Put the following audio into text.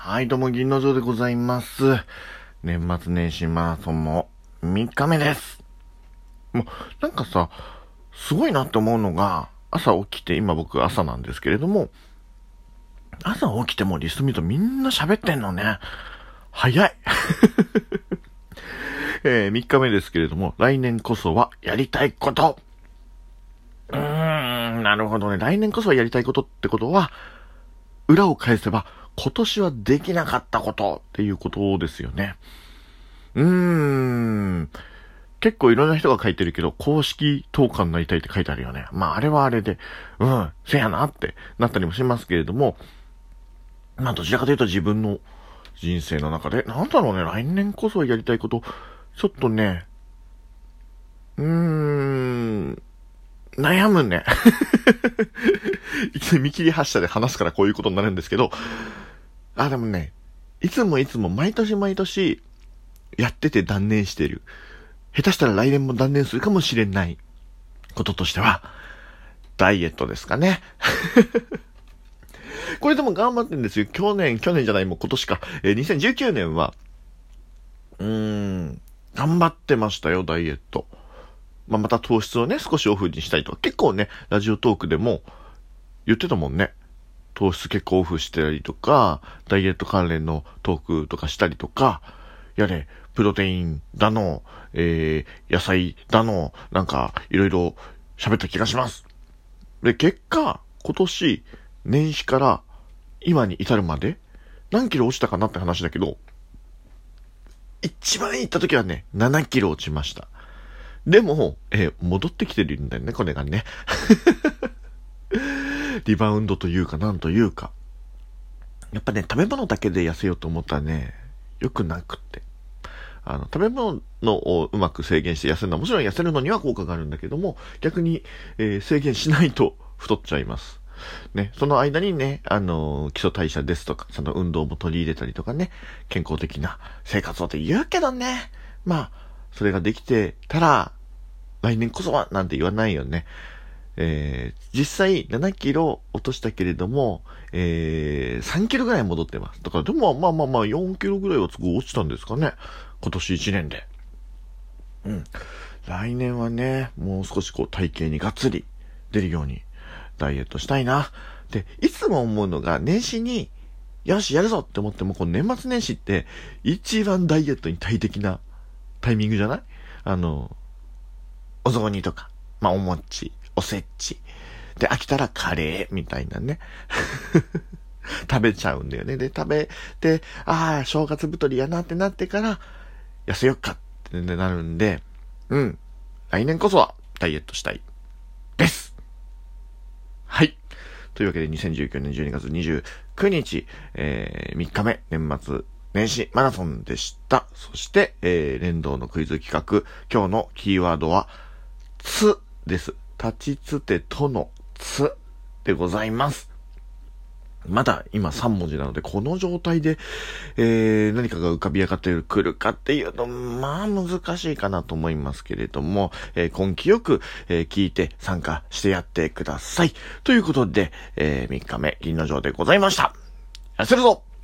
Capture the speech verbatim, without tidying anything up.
はい、どうも、銀の城でございます。年末年始マラソンもみっかめです。もう、なんかさ、すごいなって思うのが、朝起きて、今僕朝なんですけれども、朝起きてもリスト見るとみんな喋ってんのね。早い。えー、みっかめですけれども、来年こそはやりたいこと。うーん、なるほどね。来年こそはやりたいことってことは、裏を返せば、今年はできなかったことっていうことですよね。うーん。結構いろんな人が書いてるけど、公式投函になりたいって書いてあるよね。まああれはあれで、うん、せやなってなったりもしますけれども、まあどちらかというと自分の人生の中で、なんだろうね、来年こそはやりたいこと、ちょっとね、うーん、悩むね。いきなり見切り発車で話すからこういうことになるんですけど、あ、でもね、いつもいつも毎年毎年やってて断念してる。下手したら来年も断念するかもしれないこととしては、ダイエットですかね。これでも頑張ってるんですよ。去年、去年じゃないもう今年か。えー、にせんじゅうきゅうねんは、うーん、頑張ってましたよ、ダイエット。まあ、また糖質をね、少しオフにしたいとか。結構ね、ラジオトークでも言ってたもんね。糖質結構オフしてたりとか、ダイエット関連のトークとかしたりとか、やれ、プロテインだの、えー、野菜だの、なんか、いろいろ喋った気がします。で、結果、今年、年始から今に至るまで、何キロ落ちたかなって話だけど、一番行った時はね、ななキロ落ちました。でも、えー、戻ってきてるんだよね、これがね。リバウンドというか、なんというか。やっぱね、食べ物だけで痩せようと思ったらね、良くなくって。あの、食べ物をうまく制限して痩せるのは、もちろん痩せるのには効果があるんだけども、逆に、えー、制限しないと太っちゃいます。ね、その間にね、あのー、基礎代謝ですとか、その運動も取り入れたりとかね、健康的な生活をって言うけどね、まあ、それができてたら、来年こそはなんて言わないよね。えー、実際ななキロ落としたけれども、えー、さんキロぐらい戻ってます。だからでもまあまあまあよんキロぐらいは落ちたんですかね。今年いちねんで。うん。来年はね、もう少しこう体型にがっつり出るようにダイエットしたいな。で、いつも思うのが年始に、よしやるぞって思っても、この年末年始って一番ダイエットに大敵なタイミングじゃない？あの、お雑煮とか、まあお餅、おせち。で、飽きたらカレーみたいなね。食べちゃうんだよね。で、食べて、ああ、正月太りやなってなってから、痩せよっかってなるんで、うん。来年こそはダイエットしたい。です。はい。というわけでにせんじゅうきゅうねんじゅうにがつにじゅうくにち、えー、みっかめ、年末年始マラソンでした。そして、えー、連動のクイズ企画、今日のキーワードは、つです。立ちつてとのつでございます。まだ今さんもじなので、この状態で、えー、何かが浮かび上がってくるかっていうと、まあ難しいかなと思いますけれども、えー、根気よく、えー、聞いて参加してやってください。ということで、えー、みっかめ銀の城でございました。痩せるぞ！